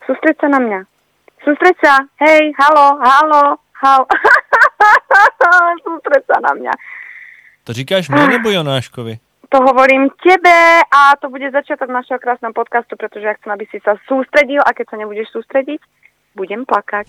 Sústreď sa na mňa. Sústreď sa. Hej, halo. Sústreď sa na mňa. To říkáš mne nebo Jonáškovi? To hovorím tebe a to bude začiatok našeho krásneho podcastu, pretože ja chcem, aby si sa sústredil a keď sa nebudeš sústrediť, budem plakať.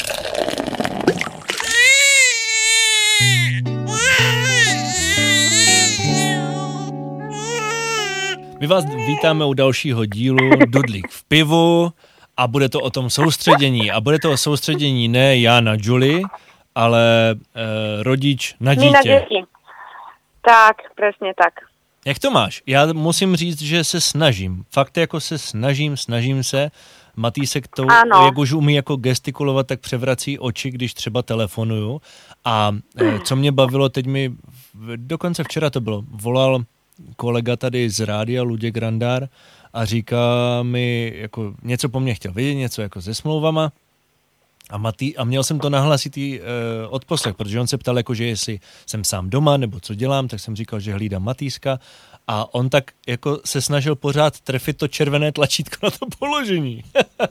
My vás vítáme u dalšího dílu Dudlík v pivu a bude to o tom soustředění. A bude to o soustředění ne já na Julie, ale rodič na dítě. My na děti. Tak, přesně tak. Jak to máš? Já musím říct, že se snažím. Fakt jako se snažím se. Matýsek to, jak už umí jako gestikulovat, tak převrací oči, když třeba telefonuju. A co mě bavilo, teď mi, dokonce včera to bylo, volal kolega tady z rádia, Luděk Randár, a říká mi, jako něco po mně chtěl vědět, něco jako se smlouvama. A měl jsem to nahlasitý odposlech, protože on se ptal, jako, že jestli jsem sám doma, nebo co dělám, tak jsem říkal, že hlídám Matýska. A on tak jako se snažil pořád trefit to červené tlačítko na to položení.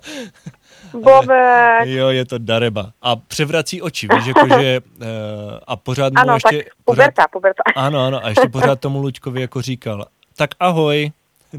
Bobek. Jo, je to dareba. A převrací oči, víš, jakože a pořád mu ano, ještě... Puberta. Ano, a ještě pořád tomu Luďkovi jako říkal, tak ahoj.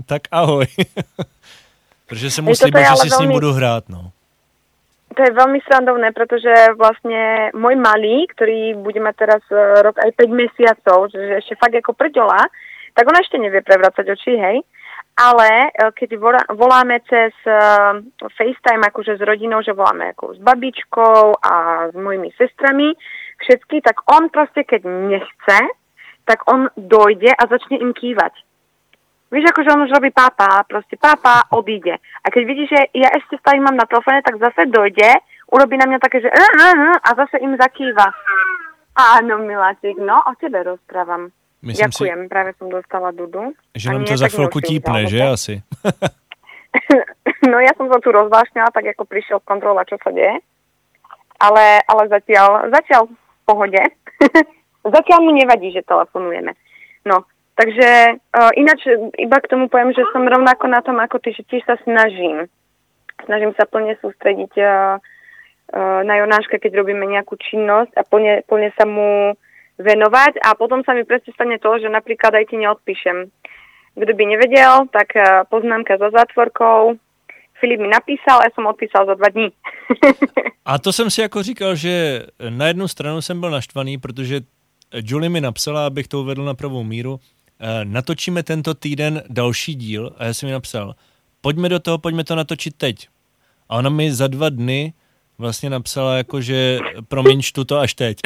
Protože jsem mu slíbil, že si s ním budu hrát, no. To je veľmi srandovné, pretože vlastne môj malý, ktorý bude mať teraz rok aj 5 mesiacov, že ešte fakt ako prďola, tak on ešte nevie prevracať oči, hej. Ale keď voláme cez FaceTime akože s rodinou, že voláme ako s babičkou a s mojimi sestrami, všetky, tak on proste keď nechce, tak on dojde a začne im kývať. Víš, akože on už robí pápa, odíde. A keď vidí, že ja ešte stále mám na telefóne, tak zase dojde, urobí na mňa také, že a zase im zakýva. Áno, miláčik, no, o tebe rozprávam. Ďakujem, práve som dostala Dudu. Že nám to za chvíľku típne, že asi? No ja som sa tu rozvášňala, tak ako prišiel kontrolovať, čo sa deje. Ale zatiaľ v pohode. Zatiaľ mu nevadí, že telefonujeme. No. Takže ináč iba k tomu poviem, že som rovnako na tom ako ty, že tiež sa snažím. Snažím sa plne sústrediť na Jonáška, keď robíme nejakú činnosť a plne sa mu venovať a potom sa mi presne stane to, že napríklad aj ti neodpíšem. Kto by nevedel, tak poznámka za zátvorkou. Filip mi napísal, ja som odpísal za 2 dní. A to jsem si jako říkal, že na jednu stranu jsem byl naštvaný, protože Julie mi napsala, abych to uvedl na pravou míru, natočíme tento týden další díl a já jsem mi napsal, pojďme to natočit teď. A ona mi za 2 dny vlastně napsala jako, že promiň, čtu to až teď.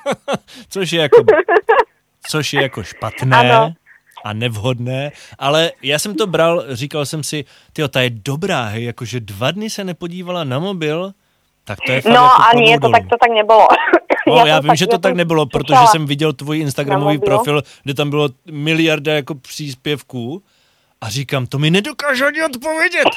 což je jako špatné ano. A nevhodné, ale já jsem to bral, říkal jsem si, tyjo, ta je dobrá, hej, jakože 2 dny se nepodívala na mobil, tak to je fakt no jako a nie, to tak nebylo. No, já vím, že to tak nebylo, protože jsem viděl tvůj instagramový profil, kde tam bylo miliarda jako příspěvků a říkám, to mi nedokáže ani odpovědět.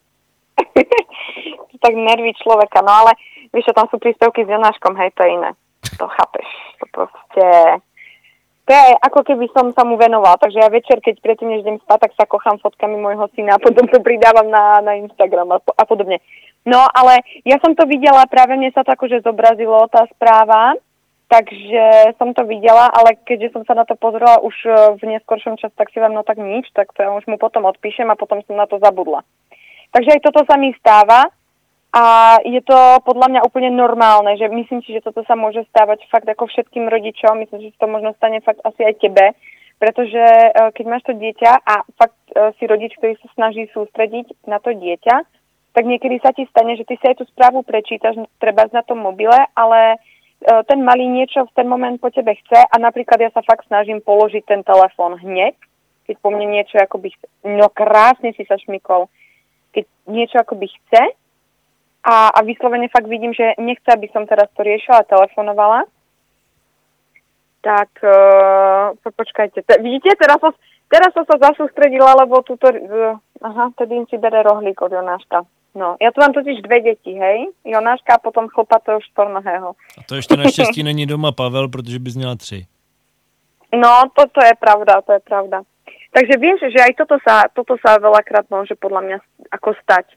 To tak nerví člověka, no ale víš, že tam jsou příspěvky s Jonáškom, hej, to je jiné. To chápeš, to prostě... To je ako keby som sa mu venoval, takže ja večer, keď predtým než idem spať, tak sa kochám fotkami môjho syna a potom to pridávam na Instagram a podobne. No, ale ja som to videla, práve mne sa to akože zobrazilo, tá správa, takže som to videla, ale keďže som sa na to pozrela už v neskoršom čase, tak si vám, no tak nič, tak to ja už mu potom odpíšem a potom som na to zabudla. Takže aj toto sa mi stáva a je to podľa mňa úplne normálne, že myslím si, že toto sa môže stávať fakt ako všetkým rodičom, myslím, že to možno stane fakt asi aj tebe, pretože keď máš to dieťa a fakt si rodič, ktorý sa snaží sústrediť na to dieťa, tak niekedy sa ti stane, že ty si aj tú správu prečítaš, treba na tom mobile, ale ten malý niečo v ten moment po tebe chce a napríklad ja sa fakt snažím položiť ten telefón hneď, keď po mne niečo akoby chce, no krásne si sa šmykol, keď niečo akoby chce a vyslovene fakt vidím, že nechce, aby som teraz to riešila a telefonovala, tak počkajte, vidíte, teraz som sa zasústredila, lebo túto, tedy si bere rohlík od Jonáška. No, ja tu mám totiž 2 deti, hej? Jonáška a potom chlpatého štornohého. A to ještě naštěstí není doma Pavel, protože bys měla 3. No, to je pravda. Takže vieš, že aj toto sa veľakrát môže podľa mňa ako stať.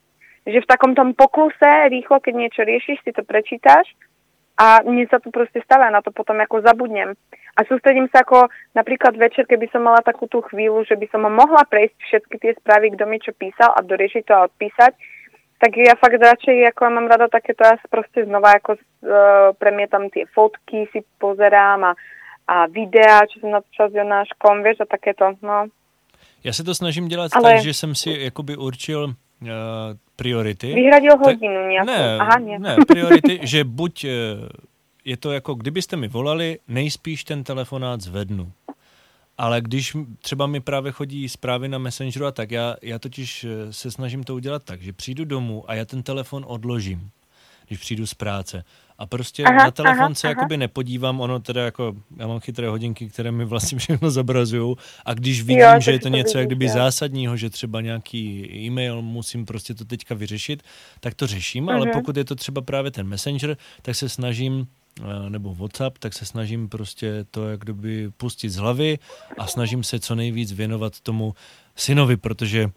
že v takom tom pokluse rýchlo, keď niečo riešiš, si to prečítaš a mne sa to proste stáva, na to potom ako zabudnem. A sústredím sa ako napríklad večer, keby som mala takú tú chvíľu, že by som mohla prejsť všetky tie správy, kto mi čo písal a doriešiť to a odpísať, tak ja fakt radšej, ako mám rada takéto, ja proste znova ako premietam tie fotky, si pozerám a videá, čo som natáčala s Jonáškom, vieš, a takéto, no. Já se to snažím dělat tak, že jsem si jakoby určil priority. Vyhradil hodinu nějakou. Ne, priority, že buď je to jako, kdybyste mi volali, nejspíš ten telefonát zvednu. Ale když třeba mi právě chodí zprávy na Messengeru a tak, já totiž se snažím to udělat tak, že přijdu domů a já ten telefon odložím, když přijdu z práce. A prostě na telefon se jakoby nepodívám, ono teda jako, já mám chytré hodinky, které mi vlastně všechno zobrazujou a když vidím, že je to něco jak kdyby zásadního, že třeba nějaký e-mail musím prostě to teďka vyřešit, tak to řeším, ale pokud je to třeba právě ten Messenger, tak se snažím, nebo WhatsApp, tak se snažím prostě to jak kdyby pustit z hlavy a snažím se co nejvíc věnovat tomu synovi, protože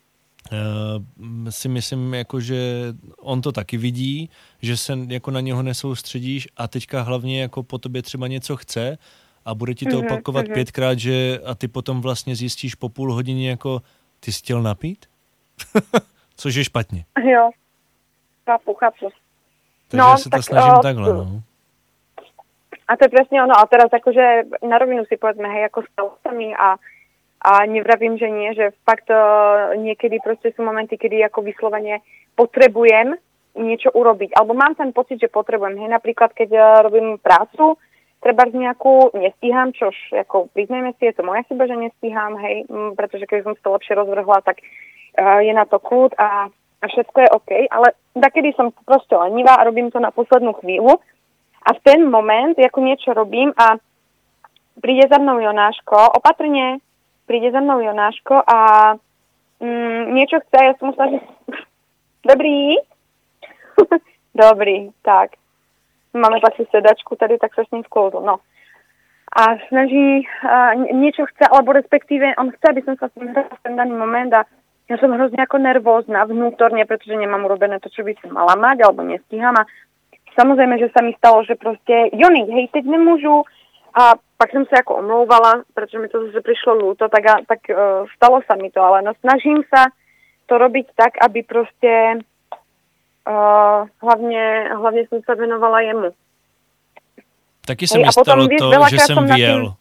si myslím, jako, že on to taky vidí, že se jako na něho nesoustředíš a teďka hlavně jako po tobě třeba něco chce a bude ti to opakovat 5krát, že a ty potom vlastně zjistíš po půl hodině jako ty jsi chtěl napít? Což je špatně. Jo, chápu. Takže se to snažím takhle, no. A to je presne ono, a teraz akože na rovinu si povedzme, hej, ako stalo sa mi a nevravím, že nie, že fakt niekedy proste sú momenty, kedy ako vyslovene potrebujem niečo urobiť. Alebo mám ten pocit, že potrebujem. Hej, napríklad, keď robím prácu, treba nejakú nestíham, čož ako priznajme si, je to moja chyba, že nestíham, hej, pretože keď som si to lepšie rozvrhla, tak je na to kľud a všetko je OK. Ale takedy som proste lenivá a robím to na poslednú chvíľu a v ten moment ako niečo robím a príde za mnou Jonáško, opatrne príde za mnou Jonáško a niečo chce, ja som musela, že dobrý, dobrý, tak. Máme takú sedačku tady, tak sa s ním sklouzol, no. A snaží, niečo chce, alebo respektíve on chce, aby som sa s ním hrala v ten daný moment a ja som hrozne ako nervózna vnútorne, pretože nemám urobené to, čo by som mala mať, alebo nestíham a samozrejme, že sa mi stalo, že proste Joni, hej, teď nemôžu. A pak som sa ako omlouvala, pretože mi to zase prišlo ľúto, tak stalo sa mi to, ale no snažím sa to robiť tak, aby proste hlavne som sa venovala jemu. Taky sa mi stalo to, že som vyjel.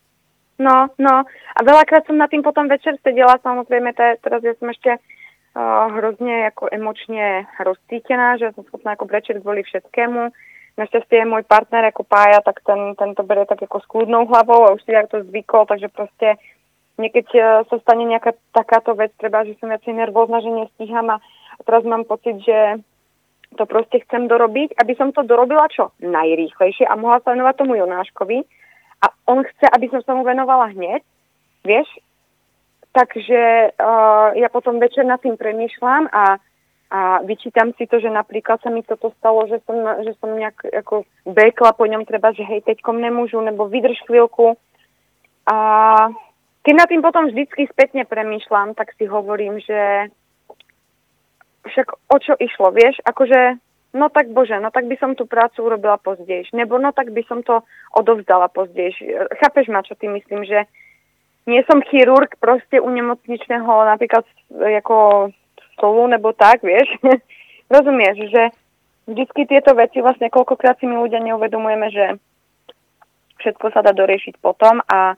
No, a veľakrát som na tým potom večer sedela, samozrejme, teraz ja som ešte hrozne ako emočne rozcítená, že som schopná ako brečeť kvôli všetkému. Našťastie môj partner ako Pája, tak ten to berie tak ako s kľudnou hlavou a už si to zvykol, takže proste niekedy sa stane nejaká takáto vec, treba, že som viacej nervózna, že nestíham a teraz mám pocit, že to proste chcem dorobiť, aby som to dorobila čo najrýchlejšie a mohla sa venovať tomu Jonáškovi a on chce, aby som sa mu venovala hneď, vieš, takže ja potom večer nad tým premýšľam a vyčítam si to, že napríklad sa mi toto stalo, že som nejak ako bekla po ňom, treba, že hej, teďkom nemôžu, nebo vydrž chvíľku. A keď na tým potom vždycky spätne premýšľam, tak si hovorím, že však o čo išlo, vieš, akože, no tak bože, no tak by som tú prácu urobila pozdejš, nebo no tak by som to odovzdala pozdejš. Chápeš ma, čo ty myslím, že nie som chirurg proste u nemocničného napríklad ako stolu, nebo tak, vieš. Rozumieš, že vždycky tieto veci vlastne koľkokrát si my ľudia neuvedomujeme, že všetko sa dá doriešiť potom a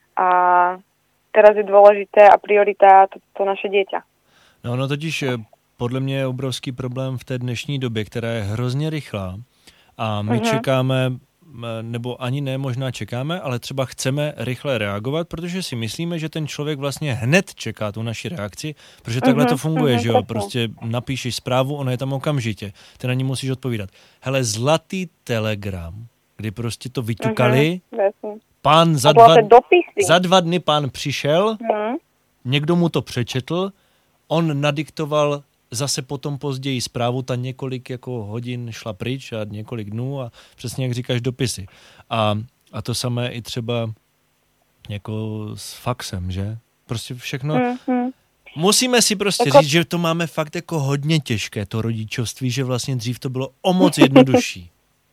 teraz je dôležité a priorita to naše dieťa. No totiž podle mě je obrovský problém v té dnešní době, která je hrozně rychlá a my čekáme, nebo ani ne možná čekáme, ale třeba chceme rychle reagovat, protože si myslíme, že ten člověk vlastně hned čeká tu naši reakci, protože takhle to funguje, že jo, prostě napíšeš zprávu, ona je tam okamžitě, ty na ní musíš odpovídat. Hele, zlatý telegram, kdy prostě to vyťukali, pán za 2 dny pán přišel, někdo mu to přečetl, on nadiktoval zase potom později zprávu, ta několik jako hodin šla pryč a několik dnů a přesně jak říkáš dopisy. A to samé i třeba jako s faxem, že? Prostě všechno. Musíme si prostě říct, že to máme fakt jako hodně těžké, to rodičovství, že vlastně dřív to bylo o moc jednodušší.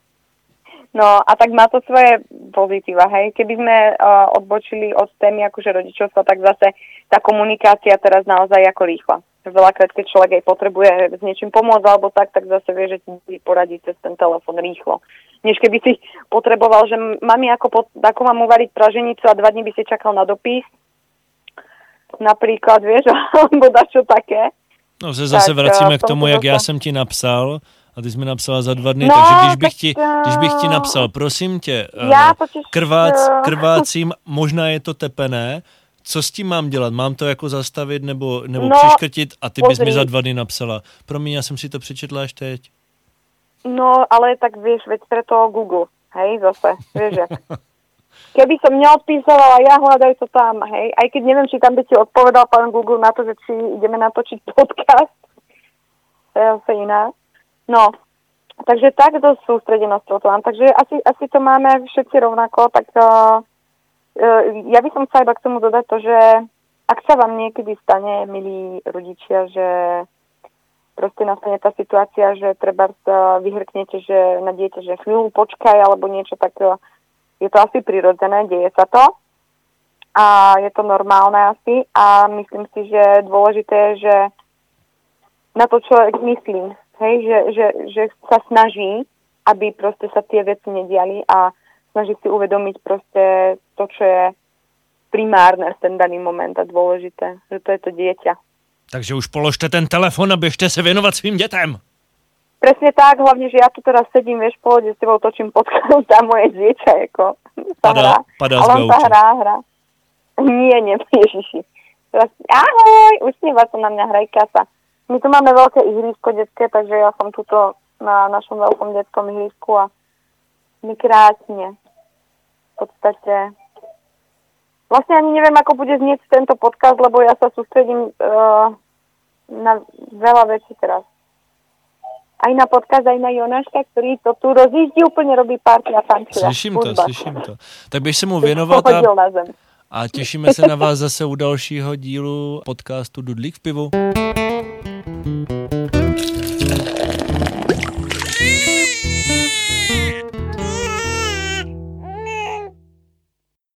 No a tak má to svoje pozitíva, hej. Keby sme odbočili od témy akože rodičovstva, tak zase tá komunikácia teraz naozaj ako rýchla. Veľakrát, keď človek aj potrebuje s niečím pomôcť alebo tak zase vie, že si poradí cez ten telefon rýchlo. Než keby si potreboval, že mami, ako mám uvariť praženicu a 2 dní by si čakal na dopis. Napríklad, vieš, alebo dačo také. No zase vracíme k tomu, jak já jsem ti napsal, a ty jsi mi napsala za 2 dny, takže když bych ti napsal, prosím tě, krvácím, možná je to tepené, co s tím mám dělat? Mám to jako zastavit nebo přiškrtit? A ty bys mi za 2 dny napsala. Promiň, já jsem si to přečetla až teď. No, ale tak vieš, veď preto Google, hej, zase, vieš jak. Keby som neodpísala, ja hľadaj to tam, hej, aj keď neviem, či tam by ti odpovedal pán Google na to, že či ideme natočiť podcast, to je zase iná. No, takže takto sústredenosť to mám. Takže asi to máme všetci rovnako, tak ja by som chcela iba k tomu dodať to, že ak sa vám niekedy stane, milí rodičia, že proste nastane tá situácia, že treba vyhrknete, že na dieťa, že chvíľu počkaj alebo niečo, tak je to asi prirodzené, deje sa to a je to normálne asi a myslím si, že dôležité je, že na to človek myslí. Hej, že sa snaží, aby proste sa tie veci nediali a snaží si uvedomiť proste to, čo je primárne v ten daný moment a dôležité, že to je to dieťa. Takže už položte ten telefon a běžte se věnovat svým dětem. Presne tak, hlavne, že ja tu teraz sedím, vieš, v pohode s tebou točím podcast a moje dieťa, ako sa hrá. Padá ale on sa hrá. Nie, Ježiši. Teraz, ahoj, usmieva sa na mňa, hrajka sa. My tu máme veľké ihrisko detské, takže ja som tuto na našom veľkom detskom ihrisku a my krásne. V podstate vlastne ani neviem, ako bude znieť tento podcast, lebo ja sa sústredím na veľa vecí teraz. Aj na podcast, aj na Jonáška, ktorý to tu rozjíždí, úplne robí party a tancuje. Slyším to. Tak bych se mu věnovat a těšíme se na vás zase u dalšího dílu podcastu Dudlík v pivu.